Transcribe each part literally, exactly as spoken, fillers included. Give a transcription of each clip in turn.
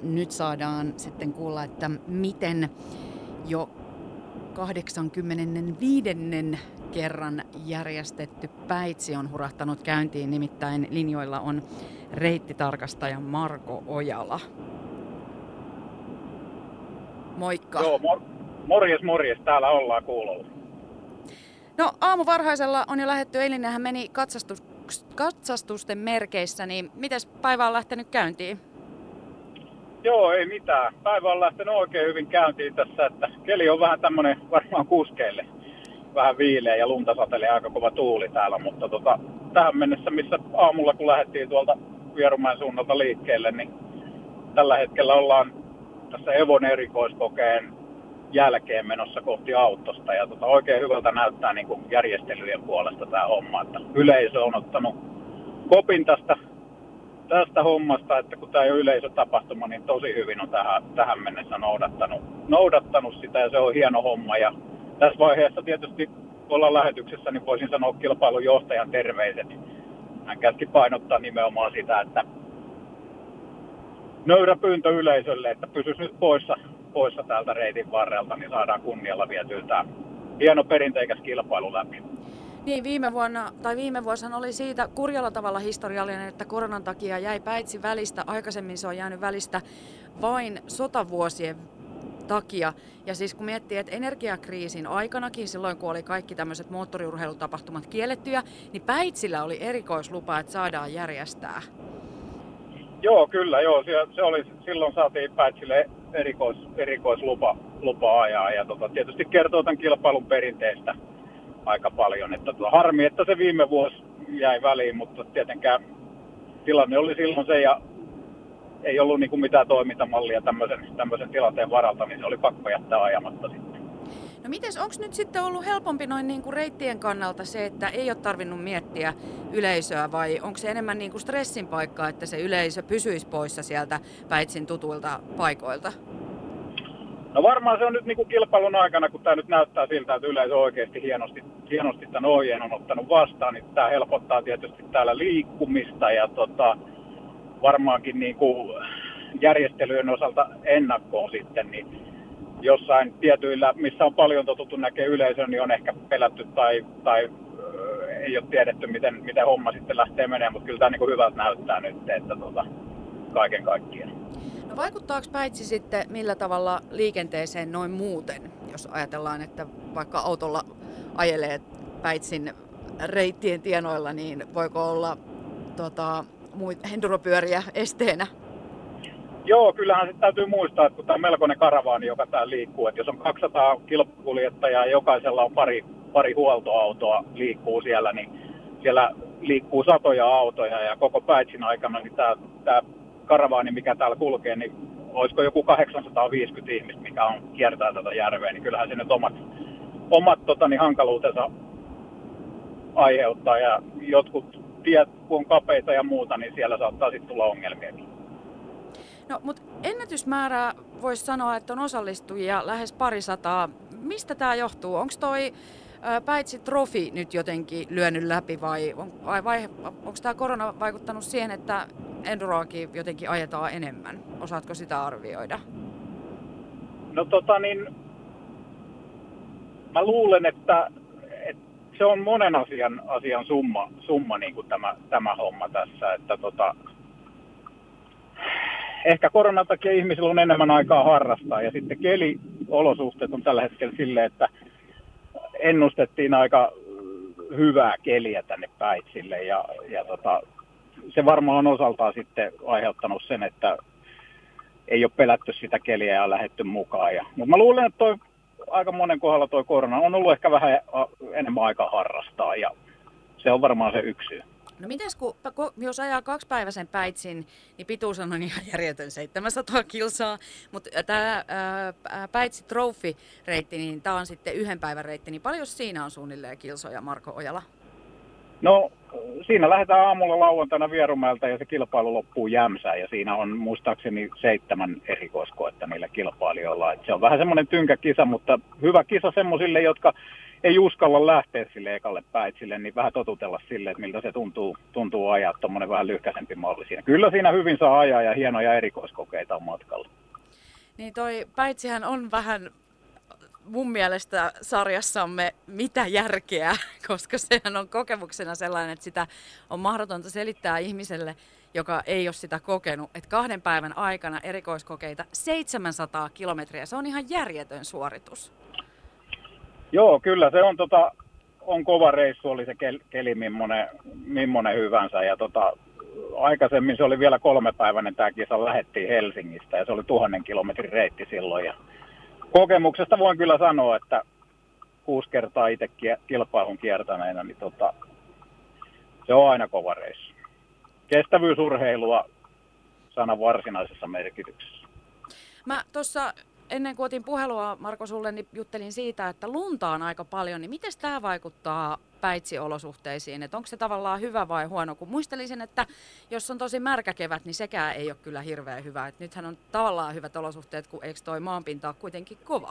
nyt saadaan sitten kuulla, että miten jo kahdeksankymmentäviisi kerran järjestetty Päitsi on hurahtanut käyntiin, nimittäin linjoilla on reittitarkastaja Marko Ojala. Moikka. Joo, mor- morjes morjes, täällä ollaan kuulolla. No aamu varhaisella on jo lähdetty, eilinenhän meni katsastus, katsastusten merkeissä, niin mites päivä on lähtenyt käyntiin? Joo, ei mitään. Päivä on lähtenyt oikein hyvin käyntiin tässä, että keli on vähän tämmönen varmaan kuskeille. Vähän viileä ja lunta satelee aika kova tuuli täällä, mutta tota, tähän mennessä, missä aamulla kun lähdettiin tuolta Vierumäen suunnalta liikkeelle, niin tällä hetkellä ollaan tässä Evon erikoiskokeen jälkeen menossa kohti autosta. Ja tota, oikein hyvältä näyttää niin kuin järjestelyjen puolesta tämä homma, että yleisö on ottanut kopin tästä, tästä hommasta, että kun tämä ei ole yleisötapahtuma, niin tosi hyvin on tähän, tähän mennessä noudattanut, noudattanut sitä ja se on hieno homma. Ja tässä vaiheessa tietysti kun ollaan lähetyksessä, niin voisin sanoa kilpailun johtajan terveiset. Hän käski painottaa nimenomaan sitä, että nöyrä pyyntö yleisölle, että pysyisi nyt poissa, poissa täältä reitin varrelta, niin saadaan kunnialla vietyä tämä hieno perinteikäs kilpailu läpi. Niin, viime vuonna, tai viime vuosina oli siitä kurjalla tavalla historiallinen, että koronan takia jäi Päitsi välistä. Aikaisemmin se on jäänyt välistä vain sotavuosien takia. Ja siis kun miettii, että energiakriisin aikanakin, silloin kun oli kaikki tämmöiset moottoriurheilutapahtumat kiellettyjä, niin Päitsillä oli erikoislupa, että saadaan järjestää. Joo, kyllä, joo. Se, se oli, silloin saatiin Päitsille erikois, erikoislupa lupa ajaa. Ja tota, tietysti kertoo tämän kilpailun perinteestä aika paljon. Että tota, harmi, että se viime vuosi jäi väliin, mutta tietenkään tilanne oli silloin se ja ei ollut niin kuin mitään toimintamallia tämmöisen, tämmöisen tilanteen varalta, niin se oli pakko jättää ajamatta sitten. No mites, onko nyt sitten ollut helpompi noin niin kuin reittien kannalta se, että ei ole tarvinnut miettiä yleisöä, vai onko se enemmän niin kuin stressin paikka, että se yleisö pysyisi poissa sieltä Päitsin tutuilta paikoilta? No varmaan se on nyt niin kuin kilpailun aikana, kun tämä nyt näyttää siltä, että yleisö oikeasti hienosti, hienosti tämän ohjeen on ottanut vastaan, niin tämä helpottaa tietysti täällä liikkumista ja tota, varmaankin niin kuin järjestelyjen osalta ennakkoon sitten, niin jossain tietyillä, missä on paljon totuttu näkee yleisön, niin on ehkä pelätty tai, tai ö, ei ole tiedetty, miten, miten homma sitten lähtee menemään, mutta kyllä tämä niin kuin hyvältä näyttää nyt, että tota, kaiken kaikkiaan. No vaikuttaako Päitsi sitten millä tavalla liikenteeseen noin muuten, jos ajatellaan, että vaikka autolla ajelee Päitsin reittien tienoilla, niin voiko olla tota, enduropyöriä esteenä? Joo, kyllähän sitten täytyy muistaa, että kun tämä on melkoinen karavaani, joka täällä liikkuu, että jos on kaksisataa kilpakuljettajaa ja jokaisella on pari, pari huoltoautoa liikkuu siellä, niin siellä liikkuu satoja autoja ja koko Päitsin aikana niin tämä, tämä karavaani, mikä täällä kulkee, niin olisiko joku kahdeksansataaviisikymmentä ihmistä, mikä on kiertää tätä järveä, niin kyllähän se nyt omat, omat tota, niin hankaluutensa aiheuttaa ja jotkut tiet, kun on kapeita ja muuta, niin siellä saattaa sitten tulla ongelmiakin. No, mutta ennätysmäärää voisi sanoa, että on osallistujia lähes parisataa. Mistä tämä johtuu? Onko toi ä, Päitsi Trofi nyt jotenkin lyönyt läpi vai, on, vai, vai onko tämä korona vaikuttanut siihen, että enduroakin jotenkin ajetaan enemmän? Osaatko sitä arvioida? No tota niin, mä luulen, että, että se on monen asian, asian summa, summa niin kuin tämä, tämä homma tässä, että tota, ehkä koronan takia ihmisillä on enemmän aikaa harrastaa ja sitten keliolosuhteet on tällä hetkellä silleen, että ennustettiin aika hyvää keliä tänne Päitsille ja, ja tota, se varmaan on osaltaan sitten aiheuttanut sen, että ei ole pelätty sitä keliä ja lähdetty mukaan. Ja, mutta mä luulen, että toi, aika monen kohdalla tuo korona on ollut ehkä vähän enemmän aikaa harrastaa ja se on varmaan se yksi syy. No mites kun, jos ajaa kaksipäiväisen Päitsin, niin pituus on ihan järjetön seitsemänsataa kilsaa, mutta tämä Päitsi Trophy-reitti, niin tämä on sitten yhden päivän reitti, niin paljon siinä on suunnilleen kilsoja, Marko Ojala? No siinä lähdetään aamulla lauantaina Vierumäeltä ja se kilpailu loppuu Jämsään ja siinä on muistaakseni seitsemän erikoiskoetta niillä kilpailijoilla. Et se on vähän semmoinen tynkä kisa, mutta hyvä kisa semmoisille, jotka ei uskalla lähteä sille ekalle päitsille, niin vähän totutella sille, että miltä se tuntuu, tuntuu ajaa tuommoinen vähän lyhkäisempi malli siinä. Kyllä siinä hyvin saa ajaa ja hienoja erikoiskokeita on matkalla. Niin toi päitsihän on vähän mun mielestä sarjassamme mitä järkeä, koska sehän on kokemuksena sellainen, että sitä on mahdotonta selittää ihmiselle, joka ei ole sitä kokenut, että kahden päivän aikana erikoiskokeita seitsemänsataa kilometriä, se on ihan järjetön suoritus. Joo, kyllä se on, tota, on kova reissu, oli se kel, keli mimmonen, mimmonen hyvänsä ja tota, aikaisemmin se oli vielä kolmepäiväinen tämä kisa, lähettiin Helsingistä ja se oli tuhannen kilometrin reitti silloin ja kokemuksesta voin kyllä sanoa, että kuusi kertaa itse kilpailun kiertäneenä, niin tota, se on aina kova reissu. Kestävyysurheilua sanan varsinaisessa merkityksessä. Mä tuossa ennen kuin otin puhelua Marko sulle, niin juttelin siitä, että lunta on aika paljon, niin miten tämä vaikuttaa päitsiolosuhteisiin? Että onko se tavallaan hyvä vai huono? Kun muistelisin, että jos on tosi märkä kevät, niin sekään ei ole kyllä hirveän hyvä. Et nythän on tavallaan hyvät olosuhteet, kun eikö toi maanpinta ole kuitenkin kova?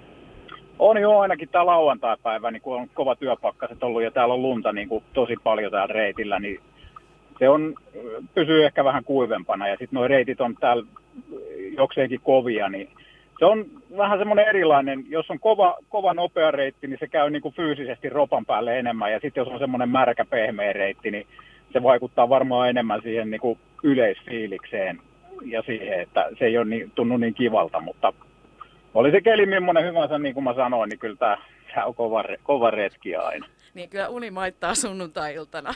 On jo ainakin tämä lauantai-päivä, niin kun on kova työpakkaset ollut ja täällä on lunta niin kuin tosi paljon täällä reitillä, niin se on, pysyy ehkä vähän kuivempana ja sitten nuo reitit on täällä jokseenkin kovia, niin se on vähän semmoinen erilainen, jos on kova, kova nopea reitti, niin se käy niin kuin fyysisesti ropan päälle enemmän ja sitten jos on semmoinen märkä pehmeä reitti, niin se vaikuttaa varmaan enemmän siihen niin kuin yleisfiilikseen ja siihen, että se ei ole niin, tunnu niin kivalta, mutta oli se keli millainen hyvänsä, niin kuin mä sanoin, niin kyllä tämä, tämä on kova, kova retki aina. Niin kyllä uni maittaa sunnuntai-iltana.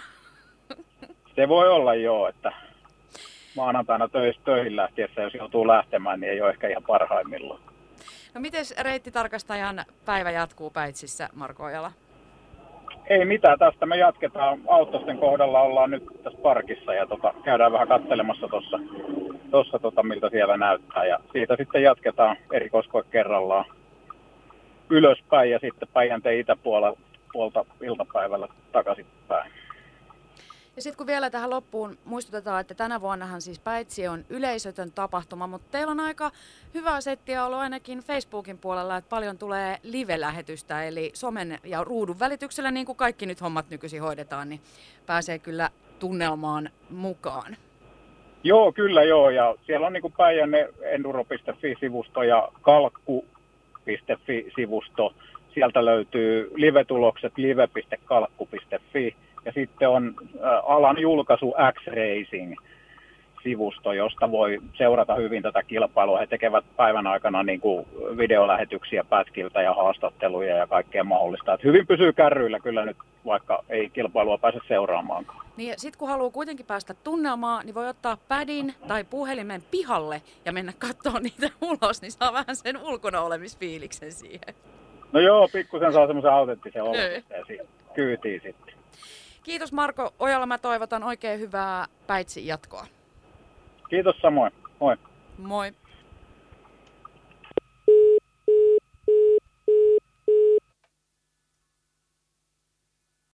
Se voi olla joo, että maanantaina töihin lähtiessä, jos joutuu lähtemään, niin ei ole ehkä ihan parhaimmillaan. No miten reittitarkastajan päivä jatkuu Päitsissä, Marko Ojala? Ei mitään, tästä me jatketaan. Autosten kohdalla ollaan nyt tässä parkissa ja tota, käydään vähän katselemassa tuossa, tossa, tota, miltä siellä näyttää. Ja siitä sitten jatketaan erikoiskoe kerrallaan ylöspäin ja sitten Päijänteen itäpuolta iltapäivällä takaisinpäin. Ja sitten kun vielä tähän loppuun muistutetaan, että tänä vuonnahan siis Päitsi on yleisötön tapahtuma, mutta teillä on aika hyvä settiä ollut ainakin Facebookin puolella, että paljon tulee live-lähetystä, eli somen ja ruudun välityksellä, niin kuin kaikki nyt hommat nykyisin hoidetaan, niin pääsee kyllä tunnelmaan mukaan. Joo, kyllä joo, ja siellä on niin kuin Päijänne enduro piste fi-sivusto ja kalkku piste fi-sivusto. Sieltä löytyy live-tulokset live piste kalkku piste fi. Ja sitten on alan julkaisu X-Racing-sivusto, josta voi seurata hyvin tätä kilpailua. He tekevät päivän aikana niin kuin videolähetyksiä pätkiltä ja haastatteluja ja kaikkea mahdollista. Et hyvin pysyy kärryillä kyllä nyt, vaikka ei kilpailua pääse seuraamaankaan. Niin sitten kun haluaa kuitenkin päästä tunnelmaan, niin voi ottaa pädin tai puhelimen pihalle ja mennä katsomaan niitä ulos, niin saa vähän sen ulkona olemisfiiliksen siihen. No joo, pikkusen saa semmoisen autenttisen olosuhteen kyytiin sitten. Kiitos Marko Ojala, mä toivotan oikein hyvää Päitsin jatkoa. Kiitos samoin. Moi. Moi.